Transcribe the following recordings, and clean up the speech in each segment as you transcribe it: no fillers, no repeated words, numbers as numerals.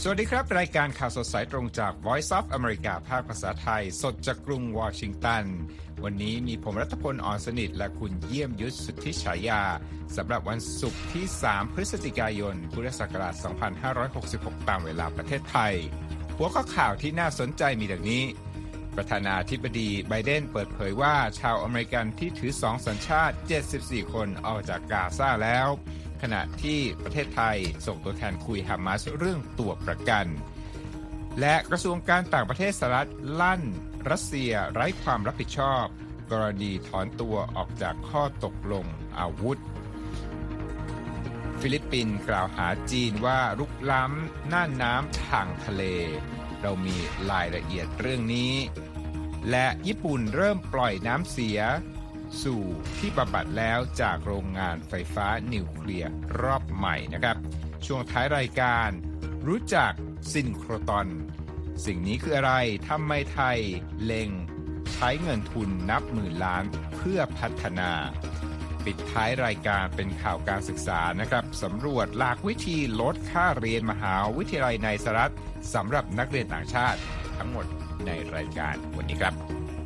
สวัสดีครับรายการข่าวสดสายตรงจาก Voice of America ภาคภาษาไทยสดจากกรุงวอชิงตันวันนี้มีผมรัตพล อ่อนสนิทและคุณเยี่ยมยุทธสุทธิฉายาสำหรับวันศุกร์ที่3พฤศจิกายนพุทธศักราช2566ตามเวลาประเทศไทยหัวข้อข่าวที่น่าสนใจมีดังนี้ประธานาธิบดีไบเดนเปิดเผยว่าชาวอเมริกันที่ถือ2สัญชาติ74คนออกจากกาซาแล้วขณะที่ประเทศไทยส่งตัวแทนคุยฮามาสเรื่องตัวประกันและกระทรวงการต่างประเทศสหรัฐลั่นรัสเซียไร้ความรับผิดชอบกรณีถอนตัวออกจากข้อตกลงอาวุธฟิลิปปินส์กล่าวหาจีนว่ารุกล้ำน่านน้ำทางทะเลเรามีรายละเอียดเรื่องนี้และญี่ปุ่นเริ่มปล่อยน้ำเสียสู่ที่บำบัดแล้วจากโรงงานไฟฟ้านิวเคลียร์รอบใหม่นะครับช่วงท้ายรายการรู้จักซินโครตอนสิ่งนี้คืออะไรทำไมไทยเล็งใช้เงินทุนนับหมื่นล้านเพื่อพัฒนาปิดท้ายรายการเป็นข่าวการศึกษานะครับสำรวจหลากวิธีลดค่าเรียนมหาวิทยาลัยในสหรัฐสำหรับนักเรียนต่างชาติทั้งหมดในรายการวันนี้ครับ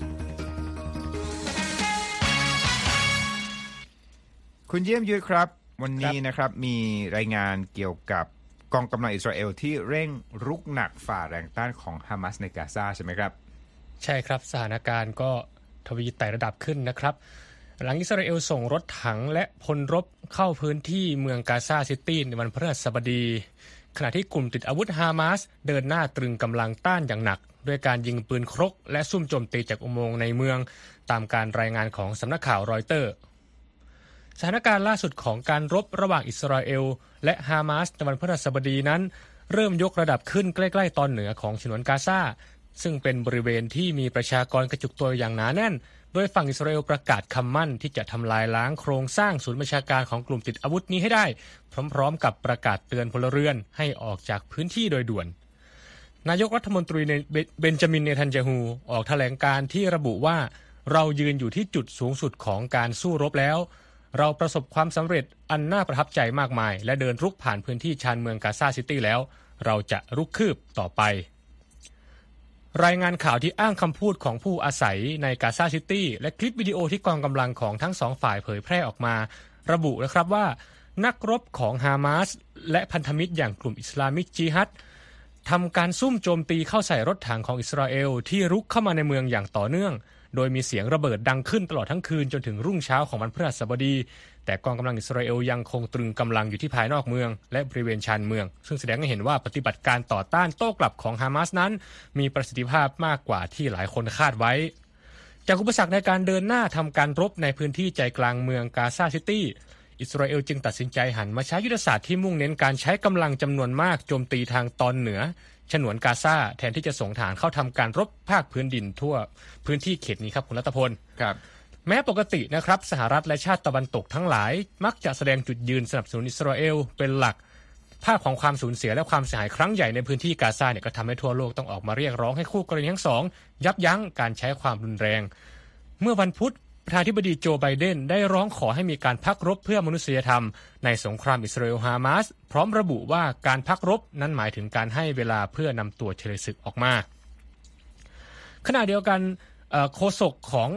คุณเยี่ยมยุทธครับวันนี้นะครับมีรายงานเกี่ยวกับกองกำลังอิสราเอลที่เร่งรุกหนักฝ่าแรงต้านของฮามาสในกาซาใช่ไหมครับใช่ครับสถานการณ์ก็ทวีไต่ระดับขึ้นนะครับหลังอิสราเอลส่งรถถังและพลรบเข้าพื้นที่เมืองกาซาซิตี้ในวันพฤหัสบดีขณะที่กลุ่มติดอาวุธฮามาสเดินหน้าตรึงกำลังต้านอย่างหนักด้วยการยิงปืนครกและซุ่มโจมตีจากอุโมงค์ในเมืองตามการรายงานของสำนักข่าวรอยเตอร์สถานการณ์ล่าสุดของการรบระหว่างอิสราเอลและฮามาสในวันพฤหัสบดีนั้นเริ่มยกระดับขึ้นใกล้ๆตอนเหนือของฉนวนกาซาซึ่งเป็นบริเวณที่มีประชากรกระจุกตัวอย่างหนาแน่นโดยฝั่งอิสราเอลประกาศคำมั่นที่จะทำลายล้างโครงสร้างศูนย์บัญชาการของกลุ่มติดอาวุธนี้ให้ได้พร้อมๆกับประกาศเตือนพลเรือนให้ออกจากพื้นที่โดยด่วนนายกรัฐมนตรีเบนจามินเนทันยาฮูออกแถลงการที่ระบุว่าเรายืนอยู่ที่จุดสูงสุดของการสู้รบแล้วเราประสบความสำเร็จอันน่าประทับใจมากมายและเดินรุกผ่านพื้นที่ชานเมืองกาซาซิตี้แล้วเราจะรุกคืบต่อไปรายงานข่าวที่อ้างคำพูดของผู้อาศัยในกาซาซิตี้และคลิปวิดีโอที่กองกำลังของทั้งสองฝ่ายเผยแพร่ออกมาระบุนะครับว่านักรบของฮามาสและพันธมิตรอย่างกลุ่มอิสลามิกจิฮัดทำการซุ่มโจมตีเข้าใส่รถถังของอิสราเอลที่รุกเข้ามาในเมืองอย่างต่อเนื่องโดยมีเสียงระเบิดดังขึ้นตลอดทั้งคืนจนถึงรุ่งเช้าของวันพฤหัสบดีแต่กองกำลังอิสราเอลยังคงตรึงกำลังอยู่ที่ภายนอกเมืองและบริเวณชานเมืองซึ่งแสดงให้เห็นว่าปฏิบัติการต่อต้านโต้กลับของฮามาสนั้นมีประสิทธิภาพมากกว่าที่หลายคนคาดไว้จากอุปสรรคในการเดินหน้าทำการรบในพื้นที่ใจกลางเมืองกาซาซิตี้อิสราเอลจึงตัดสินใจหันมาใช้ยุทธศาสตร์ที่มุ่งเน้นการใช้กำลังจำนวนมากโจมตีทางตอนเหนือฉนวนกาซาแทนที่จะส่งฐานเข้าทำการรบภาคพื้นดินทั่วพื้นที่เขตนี้ครับคุณรัตพลครับแม้ปกตินะครับสหรัฐและชาติตะวันตกทั้งหลายมักจะแสดงจุดยืนสนับสนุนอิสราเอลเป็นหลักภาพของความสูญเสียและความเสียหายครั้งใหญ่ในพื้นที่กาซาเนี่ยก็ทำให้ทั่วโลกต้องออกมาเรียกร้องให้คู่กรณีทั้งสองยับยั้งการใช้ความรุนแรงเมื่อวันพุธประธานาธิบดีโจไบเดนได้ร้องขอให้มีการพักรบเพื่อมนุษยธรรมในสงครามอิสราเอลฮามาสพร้อมระบุว่าการพักรบนั้นหมายถึงการให้เวลาเพื่อนำตัวเฉลยศึกออกมาขณะเดียวกันโฆษกของ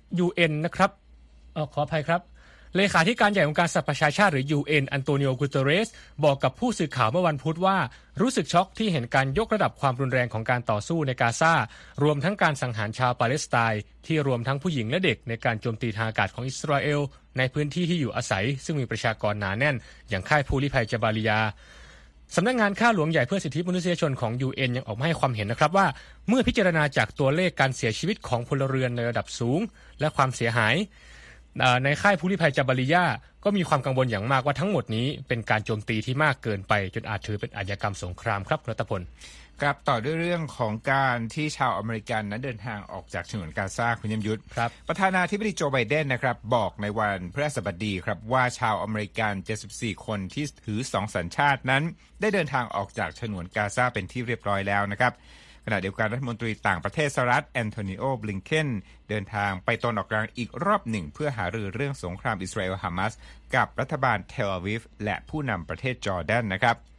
UN นะครับขออภัยครับเลขาธิการใหญ่องค์การสหประชาชาติหรือ UN อันโตนิโอ กูเตเรสบอกกับผู้สื่อข่าวเมื่อวันพุธว่ารู้สึกช็อกที่เห็นการยกระดับความรุนแรงของการต่อสู้ในกาซารวมทั้งการสังหารชาวปาเลสไตน์ที่รวมทั้งผู้หญิงและเด็กในการโจมตีทางอากาศของอิสราเอลในพื้นที่ที่อยู่อาศัยซึ่งมีประชากรหนาแน่นอย่างค่ายผู้ลี้ภัยจาบาลียาสำนักงานข้าหลวงใหญ่เพื่อสิทธิมนุษยชนของ UN ยังออกมาให้ความเห็นนะครับว่าเมื่อพิจารณาจากตัวเลขการเสียชีวิตของพลเรือนในระดับสูงและความเสียหายในค่ายผู้ลี้ภัยจาบาลียาก็มีความกังวลอย่างมากว่าทั้งหมดนี้เป็นการโจมตีที่มากเกินไปจนอาจถือเป็นอาชญากรรมสงครามครับรัตพลครับต่อด้วยเรื่องของการที่ชาวอเมริกันนั้นเดินทางออกจากฉนวนกาซาคุณยมยุทธประธานาธิบดีโจไบเดนนะครับบอกในวันพฤหัสบดีครับว่าชาวอเมริกัน74คนที่ถือ2สัญชาตินั้นได้เดินทางออกจากฉนวนกาซาเป็นที่เรียบร้อยแล้วนะครับขณะเดียวกันรัฐมนตรีต่างประเทศสหรัฐแอนโทนิโอ บลิงเคนเดินทางไปตะวันออกกลางอีกรอบหนึ่งเพื่อหารือเรื่องสงครามอิสราเอลฮามาสกับรัฐบาลเทลอาวิฟและผู้นำประเทศจอร์แดนนะครับ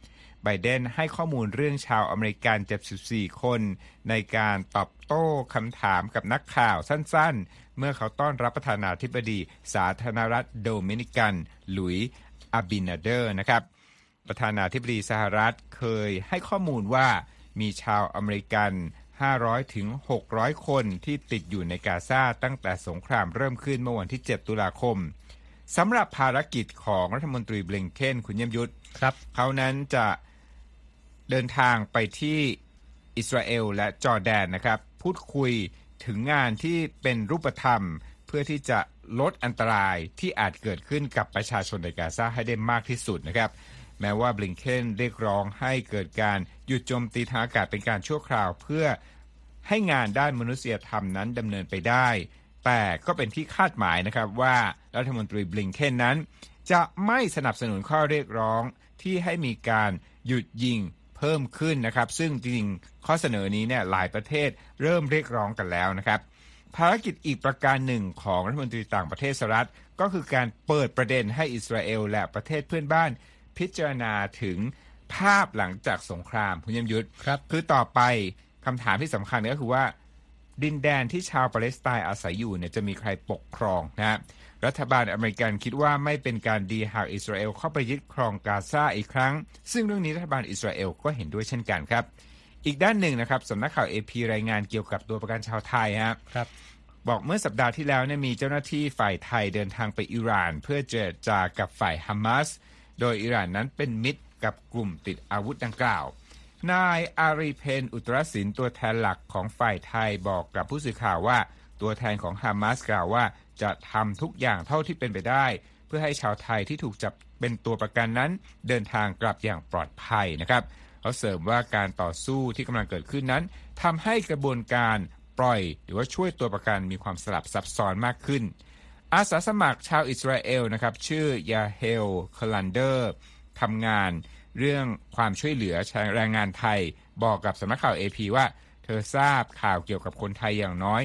ไบเดนให้ข้อมูลเรื่องชาวอเมริกัน74คนในการตอบโต้คำถามกับนักข่าวสั้นๆเมื่อเขาต้อนรับประธานาธิบดีสาธารณรัฐโดมินิกันหลุยส์อาบินาเดอร์นะครับประธานาธิบดีสหรัฐเคยให้ข้อมูลว่ามีชาวอเมริกัน500ถึง600คนที่ติดอยู่ในกาซาตั้งแต่สงครามเริ่มขึ้นเมื่อวันที่7ตุลาคมสำหรับภารกิจของรัฐมนตรีบลิงเคนคุณเยี่ยมยุทธครับเขานั้นจะเดินทางไปที่อิสราเอลและจอร์แดนนะครับพูดคุยถึงงานที่เป็นรูปธรรมเพื่อที่จะลดอันตรายที่อาจเกิดขึ้นกับประชาชนในกาซาให้ได้มากที่สุดนะครับแม้ว่าบลิงเคนเรียกร้องให้เกิดการหยุดโจมตีทางอากาศเป็นการชั่วคราวเพื่อให้งานด้านมนุษยธรรมนั้นดำเนินไปได้แต่ก็เป็นที่คาดหมายนะครับว่ารัฐมนตรีบลิงเคนนั้นจะไม่สนับสนุนข้อเรียกร้องที่ให้มีการหยุดยิงเพิ่มขึ้นนะครับซึ่งจริงๆข้อเสนอนี้เนี่ยหลายประเทศเริ่มเรียกร้องกันแล้วนะครับภารกิจอีกประการหนึ่งของรัฐมนตรีต่างประเทศสหรัฐก็คือการเปิดประเด็นให้อิสราเอลและประเทศเพื่อนบ้านพิจารณาถึงภาพหลังจากสงครามคุณยมยุทธคือต่อไปคำถามที่สำคัญก็คือว่าดินแดนที่ชาวปาเลสไตน์อาศัยอยู่เนี่ยจะมีใครปกครองนะรัฐบาลอเมริกันคิดว่าไม่เป็นการดีหากอิสราเอลเข้าไปยึดครองกาซาอีกครั้งซึ่งเรื่องนี้รัฐบาลอิสราเอลก็เห็นด้วยเช่นกันครับอีกด้านหนึ่งนะครับสำนักข่าว AP รายงานเกี่ยวกับตัวประกันชาวไทยครับบอกเมื่อสัปดาห์ที่แล้วเนี่ยมีเจ้าหน้าที่ฝ่ายไทยเดินทางไปอิหร่านเพื่อเจรจากับฝ่ายฮามาสโดยอิหร่านนั้นเป็นมิตรกับกลุ่มติดอาวุธดังกล่าวนายอารีเพนอุตรศิลป์ตัวแทนหลักของฝ่ายไทยบอกกับผู้สื่อข่าวว่าตัวแทนของฮามาสกล่าวว่าจะทำทุกอย่างเท่าที่เป็นไปได้เพื่อให้ชาวไทยที่ถูกจับเป็นตัวประกันนั้นเดินทางกลับอย่างปลอดภัยนะครับเขาเสริมว่าการต่อสู้ที่กำลังเกิดขึ้นนั้นทำให้กระบวนการปล่อยหรือว่าช่วยตัวประกันมีความสลับซับซ้อนมากขึ้นอาสาสมัครชาวอิสราเอลนะครับชื่อยาเฮลคลันเดอร์ทำงานเรื่องความช่วยเหลือแรงงานไทยบอกกับสำนักข่าว AP ว่าเธอทราบข่าวเกี่ยวกับคนไทยอย่างน้อย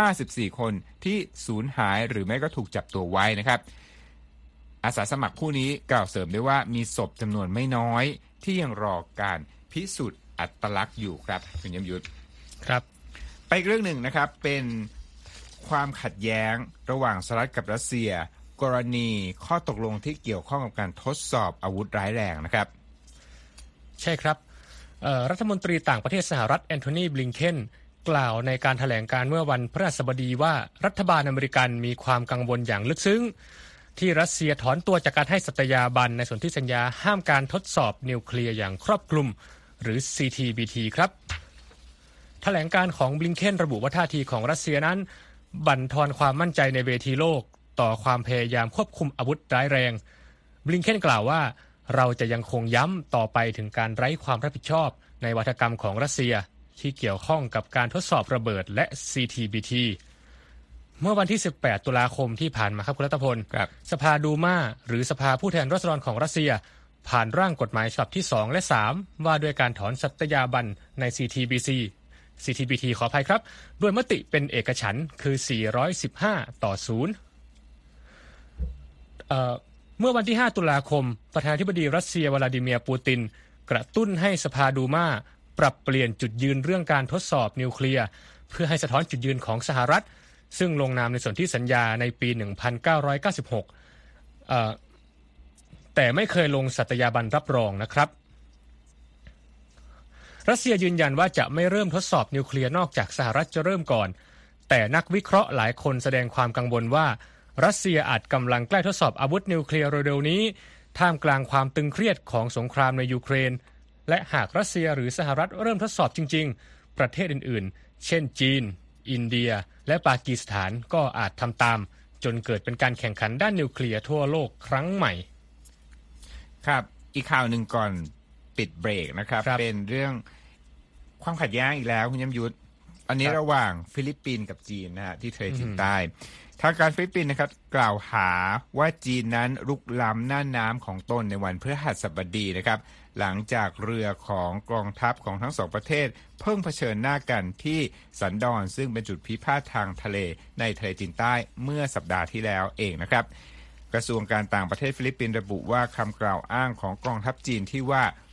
54คนที่สูญหายหรือไม่ก็ถูกจับตัวไว้นะครับอาสาสมัครผู้นี้กล่าวเสริมด้วยว่ามีศพจำนวนไม่น้อยที่ยังรอการพิสูจน์อัตลักษณ์อยู่ครับคุณยมยุทธครับไปอีกเรื่องหนึ่งนะครับเป็นความขัดแย้งระหว่างสหรัฐกับรัสเซียกรณีข้อตกลงที่เกี่ยวข้องกับการทดสอบอาวุธร้ายแรงนะครับใช่ครับรัฐมนตรีต่างประเทศสหรัฐแอนโทนีบลิงเคนกล่าวในการแถลงการเมื่อวันพฤหัสบดีว่ารัฐบาลอเมริกันมีความกังวลอย่างลึกซึ้งที่รัสเซียถอนตัวจากการให้สัตยาบันในสนธิสัญญาห้ามการทดสอบนิวเคลียร์อย่างครอบคลุมหรือ CTBT ครับแถลงการของบลิงเคนระบุว่าท่าทีของรัสเซียนั้นบั่นทอนความมั่นใจในเวทีโลกต่อความพยายามควบคุมอาวุธร้ายแรงบลิงเคนกล่าวว่าเราจะยังคงย้ำต่อไปถึงการไร้ความรับผิดชอบในวาทกรรมของรัสเซียที่เกี่ยวข้องกับการทดสอบระเบิดและ CTBT เมื่อวันที่18ตุลาคมที่ผ่านมาครับคุณรัตพลสภาดูมาหรือสภาผู้แทนราษฎรของรัสเซียผ่านร่างกฎหมายฉบับที่2และ3ว่าด้วยการถอนสัตยาบันใน CTBT ขออภัยครับด้วยมติเป็นเอกฉันท์คือ415ต่อ0เมื่อวันที่5ตุลาคมประธานาธิบดีรัสเซียวลาดิเมียร์ปูตินกระตุ้นให้สภาดูมาปรับเปลี่ยนจุดยืนเรื่องการทดสอบนิวเคลียร์เพื่อให้สะท้อนจุดยืนของสหรัฐซึ่งลงนามในสนธิสัญญาในปี 1996 แต่ไม่เคยลงสัตยาบันรับรองนะครับรัสเซียยืนยันว่าจะไม่เริ่มทดสอบนิวเคลียร์นอกจากสหรัฐจะเริ่มก่อนแต่นักวิเคราะห์หลายคนแสดงความกังวลว่ารัสเซียอาจกำลังใกล้ทดสอบอาวุธนิวเคลียร์เร็วๆนี้ท่ามกลางความตึงเครียดของสงครามในยูเครนและหากรัสเซียหรือสหรัฐเริ่มทดสอบจริงๆประเทศอื่นๆเช่นจีนอินเดียและปากีสถานก็อาจทำตามจนเกิดเป็นการแข่งขันด้านนิวเคลียร์ทั่วโลกครั้งใหม่ครับอีกข่าวหนึ่งก่อนปิดเบรกนะครับเป็นเรื่องความขัดแย้งอีกแล้วคุณยมยุทธอันนี้ระหว่างฟิลิปปินส์กับจีนนะฮะที่ทะเลจีนใต้ทางการฟิลิปปินส์นะครับกล่าวหาว่าจีนนั้นรุกล้ำน่านน้ำของตนในวันพฤหัสบดีนะครับหลังจากเรือของกองทัพของทั้งสองประเทศเพิ่งเผชิญหน้ากันที่สันดอนซึ่งเป็นจุดพิพาททางทะเลในทะเลจีนใต้เมื่อสัปดาห์ที่แล้วเองนะครับกระทรวงการต่างประเทศฟิลิปปินส์ระบุว่าคำกล่าวอ้างของกองทัพจีนที่ว่า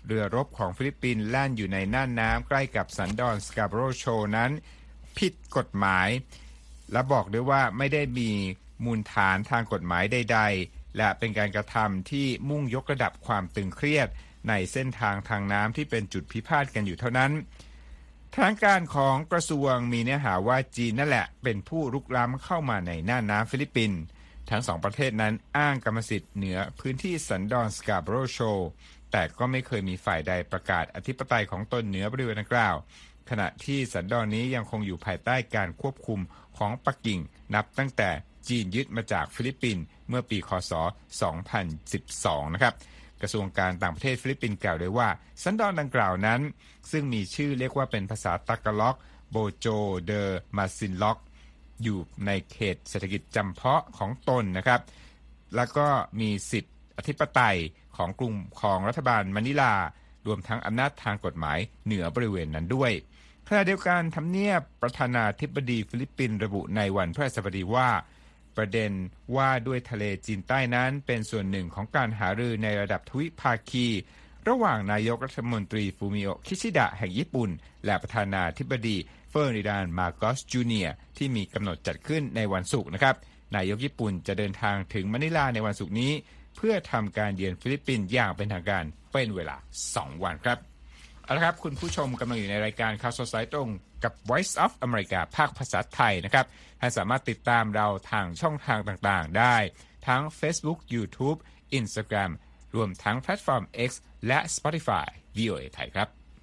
เรือรบของฟิลิปปินส์แล่นอยู่ในน่านน้ำใกล้กับสันดอนสกาโบโรโชนั้นผิดกฎหมายและบอกด้วยว่าไม่ได้มีมูลฐานทางกฎหมายใดๆและเป็นการกระทำที่มุ่งยกระดับความตึงเครียดในเส้นทางทางน้ำที่เป็นจุดพิพาทกันอยู่เท่านั้นทางการของกระทรวงมีเนื้อหาว่าจีนนั่นแหละเป็นผู้รุกล้ำเข้ามาในน่านน้ำฟิลิปปินส์ทั้งสองประเทศนั้นอ้างกรรมสิทธิ์เหนือพื้นที่สันดอนสกาโบโรโชแต่ก็ไม่เคยมีฝ่ายใดประกาศอธิปไตยของตนเหนือบริเวณดังกล่าวขณะที่สันดอนนี้ยังคงอยู่ภายใต้การควบคุมของปักกิ่งนับตั้งแต่จีนยึดมาจากฟิลิปปินส์เมื่อปีคศ 2012 นะครับกระทรวงการต่างประเทศฟิลิปปินส์กล่าวด้วยว่าสันดอนดังกล่าวนั้นซึ่งมีชื่อเรียกว่าเป็นภาษาตากาล็อกโบโจเดอมาซินล็อกอยู่ในเขตเศรษฐกิจจำเพาะของตนนะครับแล้วก็มีสิทธิอธิปไตยของกลุ่มของรัฐบาลมะนิลารวมทั้งอำนาจทางกฎหมายเหนือบริเวณนั้นด้วยขณะเดียวกันทำเนียบประธานาธิบดีฟิลิปปินส์ระบุในวันพฤหัสบดีว่าประเด็นว่าด้วยทะเลจีนใต้นั้นเป็นส่วนหนึ่งของการหารือในระดับทวิภาคีระหว่างนายกรัฐมนตรีฟูมิโอะคิชิดะแห่งญี่ปุ่นและประธานาธิบดีเฟอร์ดินานด์มาโกสจูเนียร์ที่มีกำหนดจัดขึ้นในวันศุกร์นะครับนายกญี่ปุ่นจะเดินทางถึงมะนิลาในวันศุกร์นี้เพื่อทำการเยือนฟิลิปปินส์อย่างเป็นทางการเป็นเวลา2วันครับเอาละครับคุณผู้ชมกำลังอยู่ในรายการข่าวสดสายตรงกับ Voice of America ภาคภาษาไทยนะครับท่านสามารถติดตามเราทางช่องทางต่างๆได้ทั้ง Facebook YouTube Instagram รวมทั้งแพลตฟอร์ม X และ Spotify VOA ไทยครับ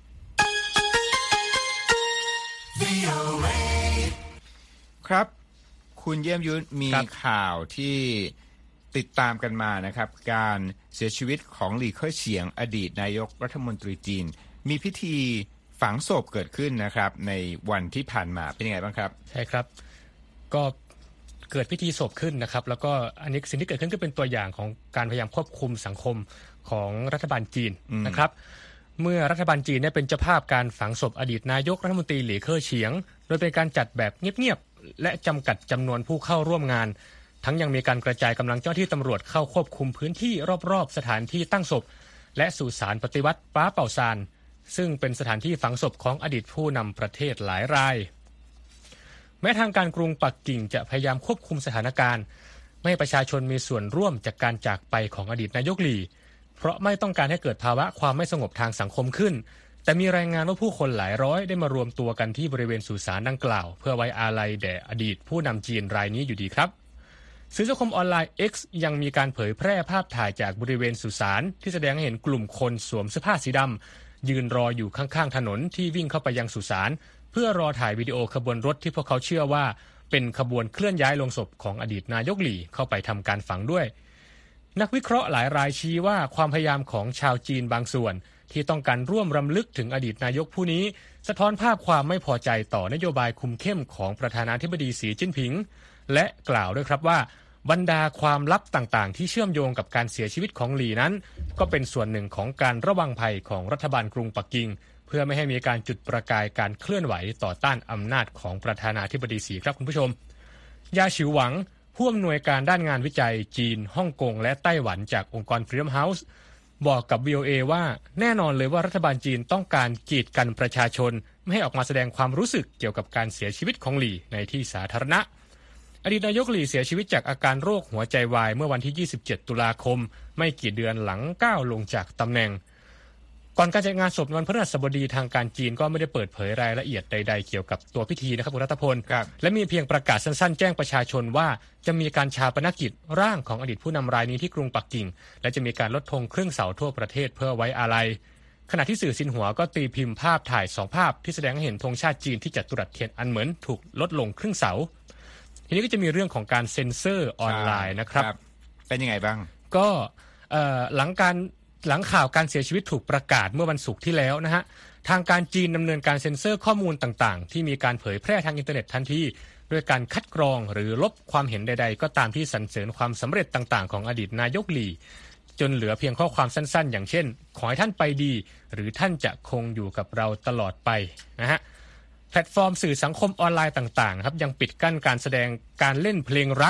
ครับคุณเยี่ยมยุทธมีข่าวที่ติดตามกันมานะครับการเสียชีวิตของหลี่เค่อเฉียงอดีตนายกรัฐมนตรีจีนมีพิธีฝังศพเกิดขึ้นนะครับในวันที่ผ่านมาเป็นยังไงบ้างครับใช่ครับก็เกิดพิธีศพขึ้นนะครับแล้วก็อันนี้สิ่งที่เกิดขึ้นก็เป็นตัวอย่างของการพยายามควบคุมสังคมของรัฐบาลจีนนะครับเมื่อรัฐบาลจีนเนี่ยเป็นเจ้าภาพการฝังศพอดีตนายกรัฐมนตรีหลี่เค่อเฉียงโดยเป็นการจัดแบบเงียบๆและจำกัดจำนวนผู้เข้าร่วมงานทั้งยังมีการกระจายกำลังเจ้าหน้าที่ตำรวจเข้าควบคุมพื้นที่รอบๆสถานที่ตั้งศพและสุสานปฏิวัติป้าเป่าซานซึ่งเป็นสถานที่ฝังศพของอดีตผู้นำประเทศหลายรายแม้ทางการกรุงปักกิ่งจะพยายามควบคุมสถานการณ์ไม่ให้ประชาชนมีส่วนร่วมจากการจากไปของอดีตนายกหลี่เพราะไม่ต้องการให้เกิดภาวะความไม่สงบทางสังคมขึ้นแต่มีรายงานว่าผู้คนหลายร้อยได้มารวมตัวกันที่บริเวณสุสานดังกล่าวเพื่อไว้อาลัยแด่อดีตผู้นำจีนรายนี้อยู่ดีครับสื่อสังคมออนไลน์ X ยังมีการเผยแพร่ภาพถ่ายจากบริเวณสุสานที่แสดงให้เห็นกลุ่มคนสวมเสื้อผ้าสีดำยืนรออยู่ข้างๆถนนที่วิ่งเข้าไปยังสุสานเพื่อรอถ่ายวิดีโอขบวนรถที่พวกเขาเชื่อว่าเป็นขบวนเคลื่อนย้ายโลงศพของอดีตนายกหลี่เข้าไปทำการฝังด้วยนักวิเคราะห์หลายรายชี้ว่าความพยายามของชาวจีนบางส่วนที่ต้องการร่วมรำลึกถึงอดีตนายกผู้นี้สะท้อนภาพความไม่พอใจต่อนโยบายคุมเข้มของประธานาธิบดีสีจิ้นผิงและกล่าวด้วยครับว่าบรรดาความลับต่างๆที่เชื่อมโยงกับการเสียชีวิตของหลี่นั้นก็เป็นส่วนหนึ่งของการระวังภัยของรัฐบาลกรุงปักกิ่งเพื่อไม่ให้มีการจุดประกายการเคลื่อนไหวต่อต้านอำนาจของประธานาธิบดีสีครับคุณผู้ชมยาฉิวหวังผู้อำนวยการด้านงานวิจัยจีนฮ่องกงและไต้หวันจากองค์กร Freedom House บอกกับ VOA ว่าแน่นอนเลยว่ารัฐบาลจีนต้องการกีดกันประชาชนไม่ให้ออกมาแสดงความรู้สึกเกี่ยวกับการเสียชีวิตของหลี่ในที่สาธารณะอดีตนายกหลี่เสียชีวิตจากอาการโรคหัวใจวายเมื่อวันที่27ตุลาคมไม่กี่เดือนหลังก้าวลงจากตำแหน่งก่อนการจัดงานศพวันพฤหัสบดีทางการจีนก็ไม่ได้เปิดเผยรายละเอียดใดๆเกี่ยวกับตัวพิธีนะครับคุณรัตพลและมีเพียงประกาศสั้นๆแจ้งประชาชนว่าจะมีการฌาปนกิจร่างของอดีตผู้นำรายนี้ที่กรุงปักกิ่งและจะมีการลดธงครึ่งเสาทั่วประเทศเพื่อไว้อาลัยขณะที่สื่อซินหัวก็ตีพิมพ์ภาพถ่าย2ภาพที่แสดงให้เห็นธงชาติจีนที่จัตุรัสเทียนอันเหมินถูกลดลงครึ่งเสาทีนี้ก็จะมีเรื่องของการเซ็นเซอร์ออนไลน์นะครับเป็นยังไงบ้างก็หลังข่าวการเสียชีวิตถูกประกาศเมื่อวันศุกร์ที่แล้วนะฮะทางการจีนดำเนินการเซ็นเซอร์ข้อมูลต่างๆที่มีการเผยแพร่ทางอินเทอร์เน็ตทันทีด้วยการคัดกรองหรือลบความเห็นใดๆก็ตามที่สรรเสริญความสำเร็จต่างๆของอดีตนายกหลี่จนเหลือเพียงข้อความสั้นๆอย่างเช่นขอให้ท่านไปดีหรือท่านจะคงอยู่กับเราตลอดไปนะฮะแพลตฟอร์มสื่อสังคมออนไลน์ต่างๆครับยังปิดกั้นการแสดงการเล่นเพลงรัก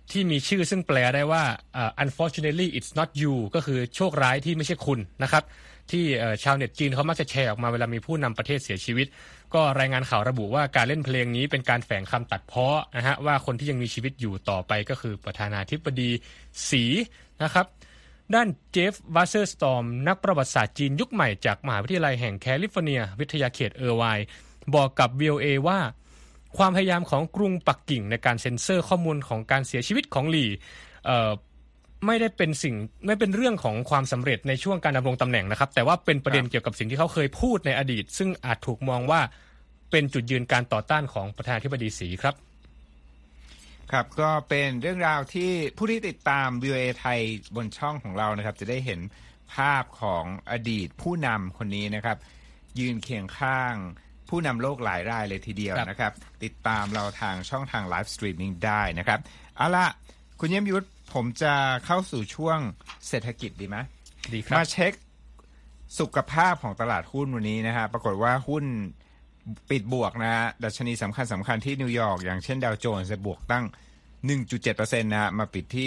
ที่มีชื่อซึ่งแปลได้ว่าunfortunately it's not you ก็คือโชคร้ายที่ไม่ใช่คุณนะครับที่ชาวเน็ตจีนเขามักจะแชร์ออกมาเวลามีผู้นำประเทศเสียชีวิตก็รายงานข่าวระบุว่าการเล่นเพลงนี้เป็นการแฝงคำตัดเพ้อนะฮะว่าคนที่ยังมีชีวิตอยู่ต่อไปก็คือประธานาธิบดีสีนะครับด้านเจฟวัสเซอร์สตอร์มนักประวัติศาสตร์จีนยุคใหม่จากมหาวิทยาลัยแห่งแคลิฟอร์เนียวิทยาเขตเออร์ไวน์บอกกับ VOA ว่าความพยายามของกรุงปักกิ่งในการเซ็นเซอร์ข้อมูลของการเสียชีวิตของหลี่ไม่เป็นเรื่องของความสำเร็จในช่วงการดำรงตำแหน่งนะครับแต่ว่าเป็นประเด็นเกี่ยวกับสิ่งที่เขาเคยพูดในอดีตซึ่งอาจถูกมองว่าเป็นจุดยืนการต่อต้านของประธานาธิบดีสีครับครับก็เป็นเรื่องราวที่ผู้ที่ติดตาม VOA ไทยบนช่องของเรานะครับจะได้เห็นภาพของอดีตผู้นำคนนี้นะครับยืนเคียงข้างผู้นำโลกหลายรายเลยทีเดียวนะครับติดตามเราทางช่องทางไลฟ์สตรีมมิ่งได้นะครับเอาล่ะคุณเยี่ยมยุทธผมจะเข้าสู่ช่วงเศรษฐกิจดีไหมดีครับมาเช็คสุขภาพของตลาดหุ้นวันนี้นะฮะปรากฏว่าหุ้นปิดบวกนะฮะดัชนีสำคัญที่นิวยอร์กอย่างเช่นดาวโจนส์บวกตั้ง 1.7% นะฮะมาปิดที่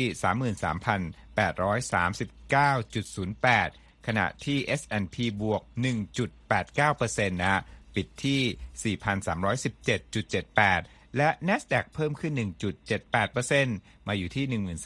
33,839.08 ขณะที่ S&P บวก 1.89% นะฮะปิดที่ 4,317.78 และ NASDAQ เพิ่มขึ้น 1.78% มาอยู่ที่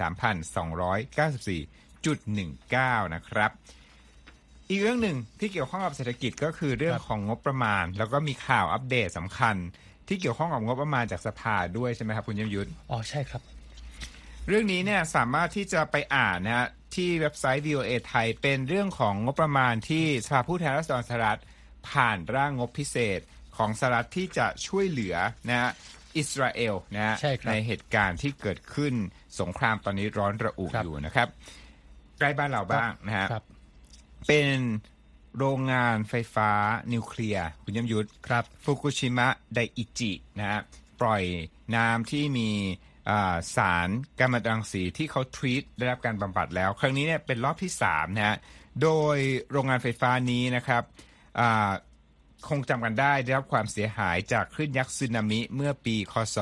13,294.19 นะครับอีกเรื่องหนึ่งที่เกี่ยวข้องกับเศรษฐกิจก็คือเรื่องของงบประมาณแล้วก็มีข่าวอัปเดตสำคัญที่เกี่ยวข้องกับงบประมาณจากสภาด้วยใช่ไหมครับคุณยมยุทธอ๋อใช่ครับเรื่องนี้เนี่ยสามารถที่จะไปอ่านนะฮะที่เว็บไซต์ VOA ไทยเป็นเรื่องของงบประมาณที่สภาผู้แทนราษฎรสหรัฐผ่านร่างงบพิเศษของสหรัฐที่จะช่วยเหลือนะฮะอิสราเอลนะฮะ ในเหตุการณ์ที่เกิดขึ้นสงครามตอนนี้ร้อนระอุอยู่นะครับใกล้บ้านเราบ้างนะฮะเป็นโรงงานไฟฟ้านิวเคลียร์คุณยมยุทธครับฟุกุชิมะไดอิจินะฮะปล่อยน้ำที่มีสารกัมมันตรังสีที่เขาทรีตได้รับการบำบัดแล้วครั้งนี้เนี่ยเป็นรอบที่3นะฮะโดยโรงงานไฟฟ้านี้นะครับคงจำกันได้รับความเสียหายจากคลื่นยักษ์สึนามิเมื่อปีคศ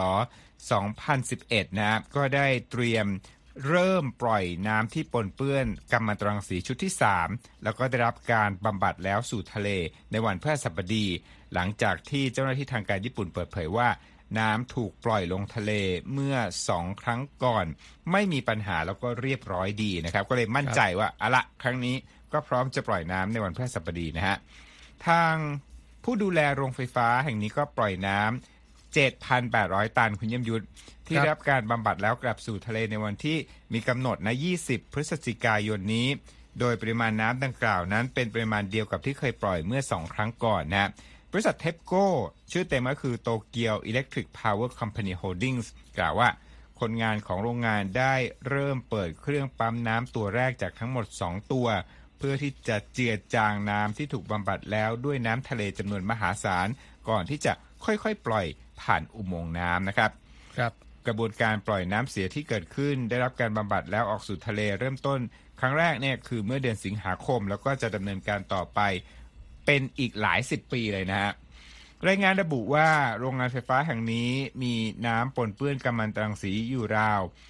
2011นะก็ได้เตรียมเริ่มปล่อยน้ำที่ปนเปื้อนกัมมันตรังสีชุดที่3แล้วก็ได้รับการบำบัดแล้วสู่ทะเลในวันพฤหัสบดีหลังจากที่เจ้าหน้าที่ทางการญี่ปุ่นเปิดเผยว่าน้ำถูกปล่อยลงทะเลเมื่อ2ครั้งก่อนไม่มีปัญหาแล้วก็เรียบร้อยดีนะครับก็เลยมั่นใจว่าอะละครั้งนี้ก็พร้อมจะปล่อยน้ำในวันพฤหัสบดีนะฮะทางผู้ดูแลโรงไฟฟ้าแห่งนี้ก็ปล่อยน้ำ 7,800 ตันคุณเยี่ยมยุทธที่ได้รับการบำบัดแล้วกลับสู่ทะเลในวันที่มีกำหนดนะ20พฤศจิกายนนี้โดยปริมาณน้ำดังกล่าวนั้นเป็นปริมาณเดียวกับที่เคยปล่อยเมื่อ2ครั้งก่อนนะบริษัทเทปโก้ชื่อเต็มก็คือโตเกียวอิเล็กทริกพาวเวอร์คอมพานีโฮลดิ้งส์กล่าวว่าคนงานของโรงงานได้เริ่มเปิดเครื่องปั๊มน้ำตัวแรกจากทั้งหมด2ตัวเพื่อที่จะเจือจางน้ำที่ถูกบำบัดแล้วด้วยน้ำทะเลจำนวนมหาศาลก่อนที่จะค่อยๆปล่อยผ่านอุโมงค์น้ำนะครับกระบวนการปล่อยน้ำเสียที่เกิดขึ้นได้รับการบำบัดแล้วออกสู่ทะเลเริ่มต้นครั้งแรกเนี่ยคือเมื่อเดือนสิงหาคมแล้วก็จะดำเนินการต่อไปเป็นอีกหลาย10ปีเลยนะฮะรายงานระบุว่าโรงงานไฟฟ้าแห่งนี้มีน้ำปนเปื้อนกัมมันตรังสีอยู่ราว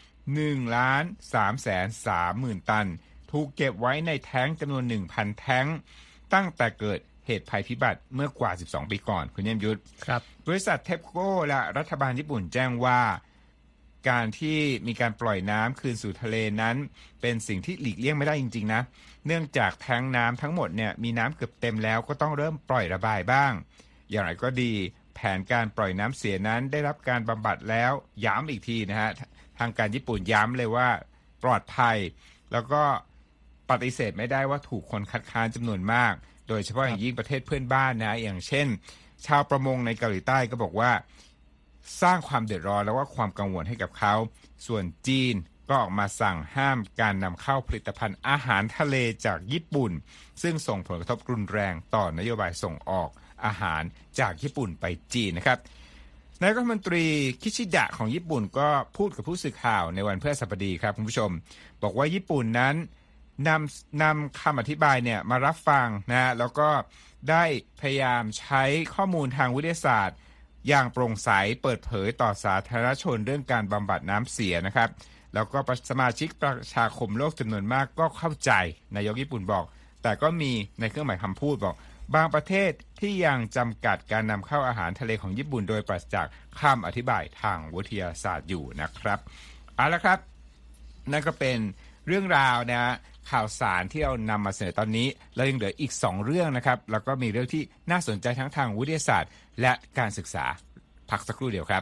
1,330,000 ตันถูกเก็บไว้ในแท้งจำนวน 1,000 แท้งตั้งแต่เกิดเหตุภัยพิบัติเมื่อกว่า12ปีก่อนคุณเยี่ยมยุทธครับบริษัทเทปโก้และรัฐบาลญี่ปุ่นแจ้งว่าการที่มีการปล่อยน้ำคืนสู่ทะเลนั้นเป็นสิ่งที่หลีกเลี่ยงไม่ได้จริงๆนะเนื่องจากแท้งน้ำทั้งหมดเนี่ยมีน้ำเกือบเต็มแล้วก็ต้องเริ่มปล่อยระบายบ้างอย่างไรก็ดีแผนการปล่อยน้ำเสียนั้นได้รับการบำบัดแล้วย้ำอีกทีนะฮะทางการญี่ปุ่นย้ำเลยว่าปลอดภัยแล้วก็ปฏิเสธไม่ได้ว่าถูกคนคัดค้านจำนวนมากโดยเฉพาะอย่างยิ่งประเทศเพื่อนบ้านนะอย่างเช่นชาวประมงในเกาหลีใต้ก็บอกว่าสร้างความเดือดร้อนแล้วว่าความกังวลให้กับเขาส่วนจีนก็ออกมาสั่งห้ามการนำเข้าผลิตภัณฑ์อาหารทะเลจากญี่ปุ่นซึ่งส่งผลกระทบรุนแรงต่อนโยบายส่งออกอาหารจากญี่ปุ่นไปจีนนะครับนายกรัฐมนตรีคิชิดะของญี่ปุ่นก็พูดกับผู้สื่อข่าวในวันพฤหัสบดีครับคุณผู้ชมบอกว่าญี่ปุ่นนั้นนำคำอธิบายเนี่ยมารับฟังนะแล้วก็ได้พยายามใช้ข้อมูลทางวิทยาศาสตร์อย่างโปร่งใสเปิดเผยต่อสาธารณชนเรื่องการบำบัดน้ำเสียนะครับแล้วก็สมาชิกประชาคมโลกจำนวนมากก็เข้าใจนายกญี่ปุ่นบอกแต่ก็มีในเครื่องหมายคำพูดบอกบางประเทศที่ยังจำกัดการนำเข้าอาหารทะเลของญี่ปุ่นโดยปราศจากคำอธิบายทางวิทยาศาสตร์อยู่นะครับเอาละครับนั่นก็เป็นเรื่องราวนะข่าวสารที่เรานำมาเสนอตอนนี้เรายังเหลืออีก2เรื่องนะครับแล้วก็มีเรื่องที่น่าสนใจทั้งทางวิทยาศาสตร์และการศึกษาพักสักครู่เดียวครับ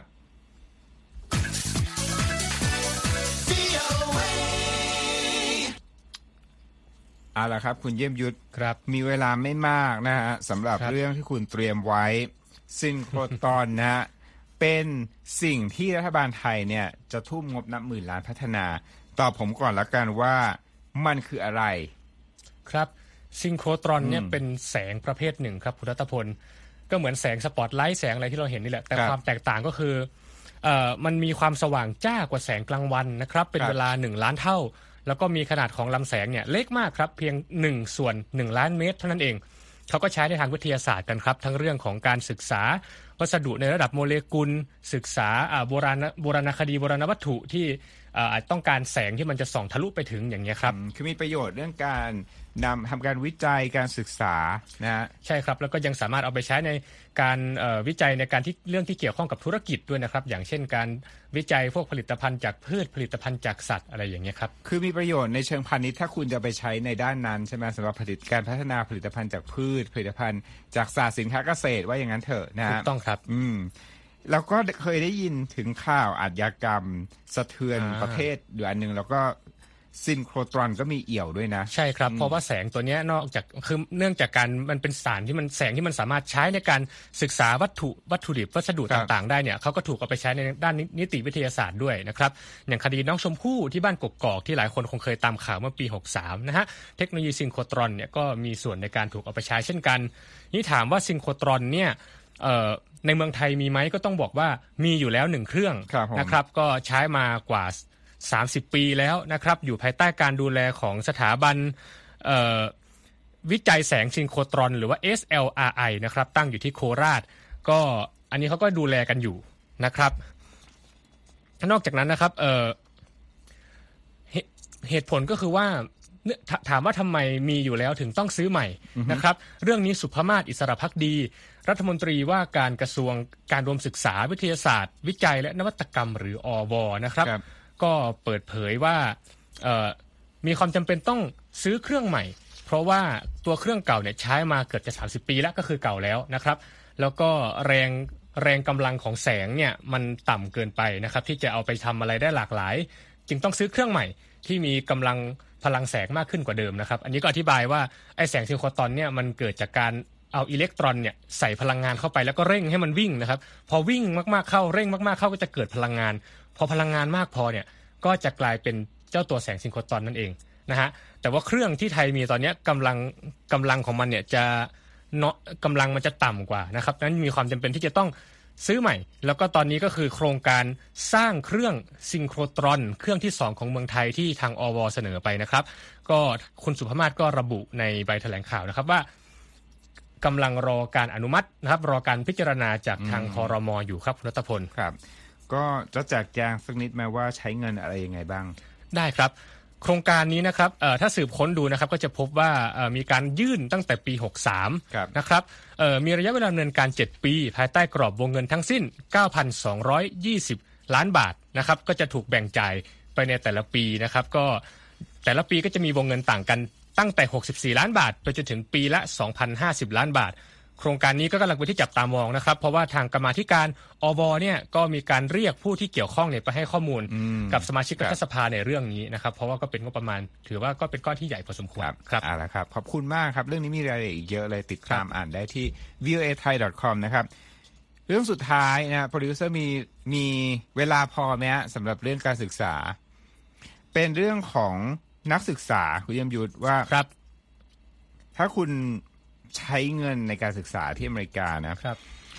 เอาล่ะครับคุณเยี่ยมยุทธครับมีเวลาไม่มากนะฮะสำหรับเรื่องที่คุณเตรียมไว้ซินโครตรอนนะฮะเป็นสิ่งที่รัฐบาลไทยเนี่ยจะทุ่มงบนับหมื่นล้านพัฒนาตอบผมก่อนละกันว่ามันคืออะไรครับซินโครตรอนเนี่ยเป็นแสงประเภทหนึ่งครับคุณรัตพลก็เหมือนแสงสปอตไลท์แสงอะไรที่เราเห็นนี่แหละแต่ความแตกต่างก็คือมันมีความสว่างจ้ากว่าแสงกลางวันนะครับเป็นเวลา1ล้านเท่าแล้วก็มีขนาดของลำแสงเนี่ยเล็กมากครับเพียง1ส่วน1ล้านเมตรเท่านั้นเองเขาก็ใช้ในทางวิทยาศาสตร์กันครับทั้งเรื่องของการศึกษาวัสดุในระดับโมเลกุลศึกษาโบราณคดีโบราณวัตถุที่ต้องการแสงที่มันจะส่องทะลุไปถึงอย่างนี้ครับคือมีประโยชน์เรื่องการทำการวิจัยการศึกษานะใช่ครับแล้วก็ยังสามารถเอาไปใช้ในการวิจัยในการที่เรื่องที่เกี่ยวข้องกับธุรกิจด้วยนะครับอย่างเช่นการวิจัยพวกผลิตภัณฑ์จากพืชผลิตภัณฑ์จากสัตว์อะไรอย่างเงี้ยครับคือมีประโยชน์ในเชิงพาณิชย์ถ้าคุณจะไปใช้ในด้านนั้นใช่ไหมสำหรับการพัฒนาผลิตภัณฑ์จากพืชผลิตภัณฑ์จากศาสตร์สินค้าเกษตรว่าอย่างนั้นเถอะนะถูกต้องครับแล้วก็เคยได้ยินถึงข่าวอาชญากรรมสะเทือนประเทศอยู่อันนึงแล้วก็ซินโครตรอนก็มีเอี่ยวด้วยนะใช่ครับเพราะว่าแสงตัวนี้นอกจากคือเนื่องจากการมันเป็นสารที่มันแสงที่มันสามารถใช้ในการศึกษาวัตถุดิบวัสดุต่างๆได้เนี่ยเขาก็ถูกเอาไปใช้ในด้านนิติวิทยาศาสตร์ด้วยนะครับอย่างคดีน้องชมพู่ที่บ้านกกอกที่หลายคนคงเคยตามข่าวเมื่อปี63นะฮะเทคโนโลยีซินโครตรอนเนี่ยก็มีส่วนในการถูกเอาไปใช้เช่นกันนี่ถามว่าซินโครตรอนเนี่ยในเมืองไทยมีไหมก็ต้องบอกว่ามีอยู่แล้ว1เครื่องนะครับก็ใช้มากว่า30 ปีแล้วนะครับอยู่ภายใต้การดูแลของสถาบันวิจัยแสงซินโครตรอนหรือว่า SLRI นะครับตั้งอยู่ที่โคราชก็อันนี้เขาก็ดูแลกันอยู่นะครับนอกจากนั้นนะครับเหตุผลก็คือว่าถามว่าทำไมมีอยู่แล้วถึงต้องซื้อใหม่นะครับเรื่องนี้สุภมาศอิสระภักดีรัฐมนตรีว่าการกระทรวงการรวมศึกษาวิทยาศาสตร์วิจัยและนวัตกรรมหรืออวนะครับก็เปิดเผยว่ามีความจำเป็นต้องซื้อเครื่องใหม่เพราะว่าตัวเครื่องเก่าเนี่ยใช้มาเกือบจะ30 ปีแล้วก็คือเก่าแล้วนะครับแล้วก็แรงกำลังของแสงเนี่ยมันต่ำเกินไปนะครับที่จะเอาไปทำอะไรได้หลากหลายจึงต้องซื้อเครื่องใหม่ที่มีกำลังพลังแสงมากขึ้นกว่าเดิมนะครับอันนี้ก็อธิบายว่าไอ้แสงซินโครตรอนเนี่ยมันเกิดจากการเอาอิเล็กตรอนเนี่ยใส่พลังงานเข้าไปแล้วก็เร่งให้มันวิ่งนะครับพอวิ่งมากๆเข้าเร่งมากๆเข้าก็จะเกิดพลังงานพอพลังงานมากพอเนี่ยก็จะกลายเป็นเจ้าตัวแสงซินโครตรอนนั่นเองนะฮะแต่ว่าเครื่องที่ไทยมีตอนนี้กำลังของมันเนี่ยจะกำลังมันจะต่ำกว่านะครับนั้นมีความจำเป็นที่จะต้องซื้อใหม่แล้วก็ตอนนี้ก็คือโครงการสร้างเครื่องซินโครตรอนเครื่องที่2ของเมืองไทยที่ทางอวเสนอไปนะครับก็คุณสุภมาศก็ระบุในใบแถลงข่าวนะครับว่ากำลังรอการอนุมัตินะครับรอการพิจารณาจากทางครม.อยู่ครับคุณรัตพลครับก็จะแจกแจงสักนิดไหมว่าใช้เงินอะไรยังไงบ้างได้ครับโครงการนี้นะครับถ้าสืบค้นดูนะครับก็จะพบว่ามีการยื่นตั้งแต่ปี63นะครับมีระยะเวลาดำเนินการ7ปีภายใต้กรอบวงเงินทั้งสิ้น 9,220 ล้านบาทนะครับก็จะถูกแบ่งจ่ายไปในแต่ละปีนะครับก็แต่ละปีก็จะมีวงเงินต่างกันตั้งแต่64ล้านบาทไปจนถึงปีละ 2,050 ล้านบาทโครงการนี้ก็กำลังเป็นที่จับตามองนะครับเพราะว่าทางกรรมาธิการอวเนี่ยก็มีการเรียกผู้ที่เกี่ยวข้องเนี่ยไปให้ข้อมูลกับสมาชิกรัฐสภาในเรื่องนี้นะครับเพราะว่าก็เป็นงบประมาณถือว่าก็เป็นก้อนที่ใหญ่พอสมควรครับเอาละครับขอบคุณมากครับเรื่องนี้มีรายละเอียดอีกเยอะเลยติดตามอ่านได้ที่ voathai.com นะครับเรื่องสุดท้ายนะโปรดิวเซอร์มีเวลาพอไหมฮะสำหรับเรื่องการศึกษาเป็นเรื่องของนักศึกษาคุณยมยุทธว่าถ้าคุณใช้เงินในการศึกษาที่อเมริกานะครับ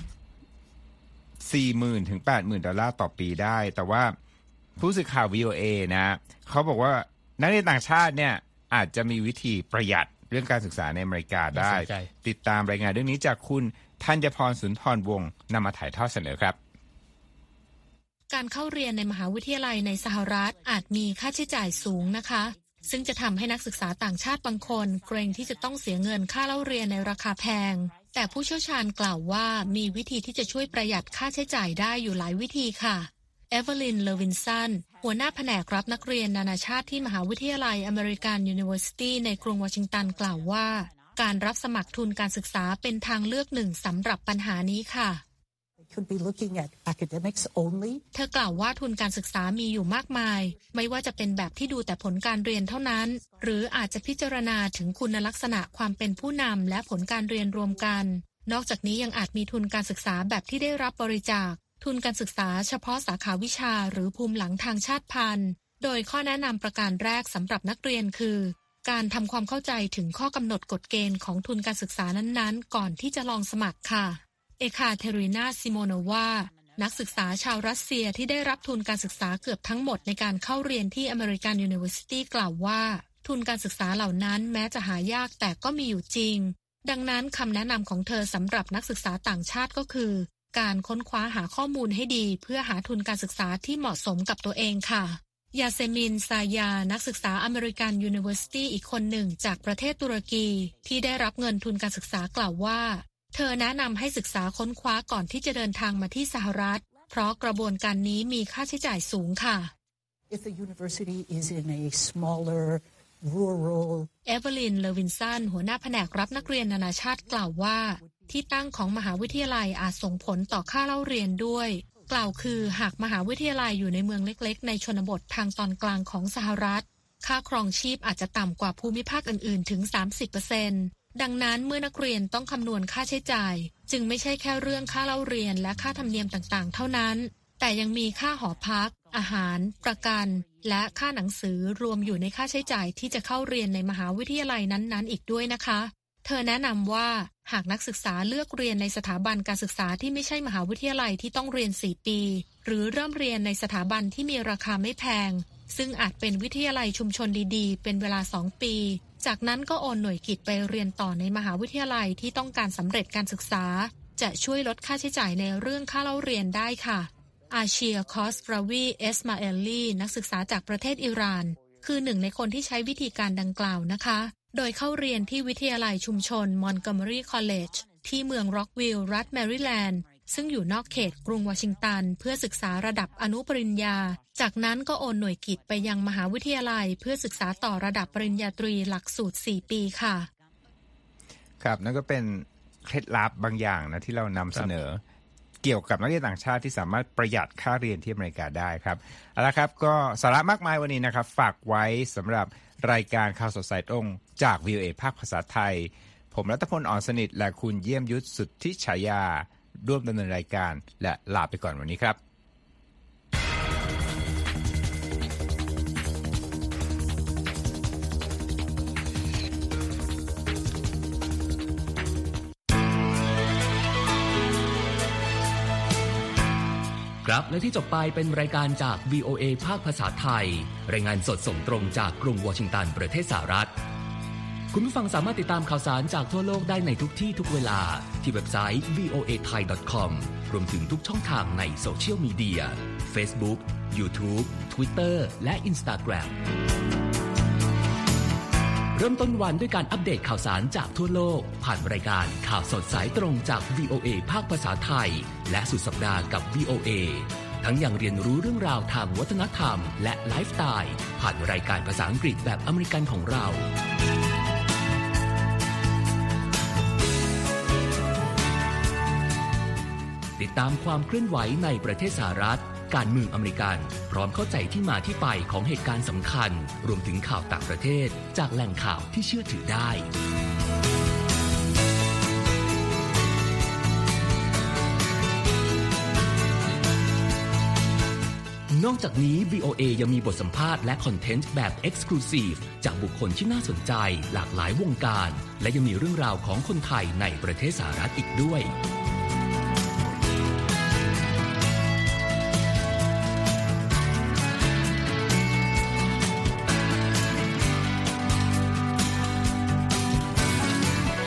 40,000 ถึง 80,000 ดอลลาร์ต่อปีได้แต่ว่าผู้สื่อข่าว VOA นะเขาบอกว่านักเรียนต่างชาติเนี่ยอาจจะมีวิธีประหยัดเรื่องการศึกษาในอเมริกาได้ติดตามรายงานเรื่องนี้จากคุณธัญพรสุนทรวงศ์นำมาถ่ายทอดเสนอครับการเข้าเรียนในมหาวิทยาลัยในสหรัฐอาจมีค่าใช้จ่ายสูงนะคะซึ่งจะทำให้นักศึกษาต่างชาติบางคนเกรงที่จะต้องเสียเงินค่าเล่าเรียนในราคาแพงแต่ผู้เชี่ยวชาญกล่าวว่ามีวิธีที่จะช่วยประหยัดค่าใช้จ่ายได้อยู่หลายวิธีค่ะเอเวอร์ลิน เลวินสันหัวหน้าแผนกรับนักเรียนนานาชาติที่มหาวิทยาลัยอเมริกันยูนิเวอร์ซิตี้ในกรุงวอชิงตันกล่าวว่าการรับสมัครทุนการศึกษาเป็นทางเลือกหนึ่งสำหรับปัญหานี้ค่ะเธอกล่าวว่าทุนการศึกษามีอยู่มากมายไม่ว่าจะเป็นแบบที่ดูแต่ผลการเรียนเท่านั้นหรืออาจจะพิจารณาถึงคุณลักษณะความเป็นผู้นำและผลการเรียนรวมกันนอกจากนี้ยังอาจมีทุนการศึกษาแบบที่ได้รับบริจาคทุนการศึกษาเฉพาะสาขาวิชาหรือภูมิหลังทางชาติพันธุ์โดยข้อแนะนำประการแรกสำหรับนักเรียนคือการทำความเข้าใจถึงข้อกำหนดกฎเกณฑ์ของทุนการศึกษานั้นๆก่อนที่จะลองสมัครค่ะเอคาเทรีนา ซิโมโนวานักศึกษาชาวรัสเซียที่ได้รับทุนการศึกษาเกือบทั้งหมดในการเข้าเรียนที่อเมริกันยูนิเวอร์ซิตี้กล่าวว่าทุนการศึกษาเหล่านั้นแม้จะหายากแต่ก็มีอยู่จริงดังนั้นคำแนะนำของเธอสำหรับนักศึกษาต่างชาติก็คือการค้นคว้าหาข้อมูลให้ดีเพื่อหาทุนการศึกษาที่เหมาะสมกับตัวเองค่ะยาเซมิน ซายานักศึกษาอเมริกันยูนิเวอร์ซิตี้อีกคนหนึ่งจากประเทศตุรกีที่ได้รับเงินทุนการศึกษากล่าวว่าเธอแนะนำให้ศึกษาค้นคว้าก่อนที่จะเดินทางมาที่สหรัฐเพราะกระบวนการนี้มีค่าใช้จ่ายสูงค่ะเอเวอร์ลิน เลวินสันหัวหน้าแผนกรับนักเรียนนานาชาติกล่าวว่าที่ตั้งของมหาวิทยาลัยอาจส่งผลต่อค่าเล่าเรียนด้วยกล่าวคือหากมหาวิทยาลัยอยู่ในเมืองเล็กๆในชนบททางตอนกลางของสหรัฐค่าครองชีพอาจจะต่ำกว่าภูมิภาคอื่นๆถึง 30%ดังนั้นเมื่อนักเรียนต้องคำนวณค่าใช้จ่ายจึงไม่ใช่แค่เรื่องค่าเล่าเรียนและค่าธรรมเนียมต่างๆเท่านั้นแต่ยังมีค่าหอพักอาหารประกันและค่าหนังสือรวมอยู่ในค่าใช้จ่ายที่จะเข้าเรียนในมหาวิทยาลัยนั้นๆอีกด้วยนะคะเธอแนะนำว่าหากนักศึกษาเลือกเรียนในสถาบันการศึกษาที่ไม่ใช่มหาวิทยาลัยที่ต้องเรียน4 ปีหรือเริ่มเรียนในสถาบันที่มีราคาไม่แพงซึ่งอาจเป็นวิทยาลัยชุมชนดีๆเป็นเวลา2 ปีจากนั้นก็โอนหน่วยกิตไปเรียนต่อในมหาวิทยาลัยที่ต้องการสำเร็จการศึกษาจะช่วยลดค่าใช้จ่ายในเรื่องค่าเล่าเรียนได้ค่ะอาเชีย คอสราวี เอสมาเอลลีนักศึกษาจากประเทศอิหร่านคือหนึ่งในคนที่ใช้วิธีการดังกล่าวนะคะโดยเข้าเรียนที่วิทยาลัยชุมชนมอนโกเมอรีคอลเลจที่เมืองร็อกวิลล์รัฐแมริแลนด์ซึ่งอยู่นอกเขตกรุงวอชิงตันเพื่อศึกษาระดับอนุปริญญาจากนั้นก็โอนหน่วยกิตไปยังมหาวิทยาลัยเพื่อศึกษาต่อระดับปริญญาตรีหลักสูตร4 ปีค่ะครับนั่นก็เป็นเคล็ดลับบางอย่างนะที่เรานำเสนอเกี่ยวกับนักเรียนต่างชาติที่สามารถประหยัดค่าเรียนที่อเมริกาได้ครับเอาละครับก็สาระมากมายวันนี้นะครับฝากไว้สำหรับรายการข่าวสดสายตรงจาก VOA ภาคภาษาไทยผมรัตพล อ่อนสนิทและคุณเยี่ยมยุทธ สุทธิฉายาร่วมดำเนินรายการและลาไปก่อนวันนี้ครับครับและที่จบไปเป็นรายการจาก VOA ภาคภาษาไทยรายงานสดส่งตรงจากกรุงวอชิงตันประเทศสหรัฐคุณผู้ฟังสามารถติดตามข่าวสารจากทั่วโลกได้ในทุกที่ทุกเวลาที่เว็บไซต์ voathai.com รวมถึงทุกช่องทางในโซเชียลมีเดีย Facebook, YouTube, Twitter และ Instagram เริ่มต้นวันด้วยการอัปเดตข่าวสารจากทั่วโลกผ่านรายการข่าวสดสายตรงจาก VOA ภาคภาษาไทยและสุดสัปดาห์กับ VOA ทั้งยังเรียนรู้เรื่องราวทางวัฒนธรรมและไลฟ์สไตล์ผ่านรายการภาษาอังกฤษแบบอเมริกันของเราติดตามความเคลื่อนไหวในประเทศสหรัฐการเมืองอเมริกันพร้อมเข้าใจที่มาที่ไปของเหตุการณ์สำคัญรวมถึงข่าวต่างประเทศจากแหล่งข่าวที่เชื่อถือได้นอกจากนี้ VOA ยังมีบทสัมภาษณ์และคอนเทนต์แบบ Exclusive จากบุคคลที่น่าสนใจหลากหลายวงการและยังมีเรื่องราวของคนไทยในประเทศสหรัฐอีกด้วย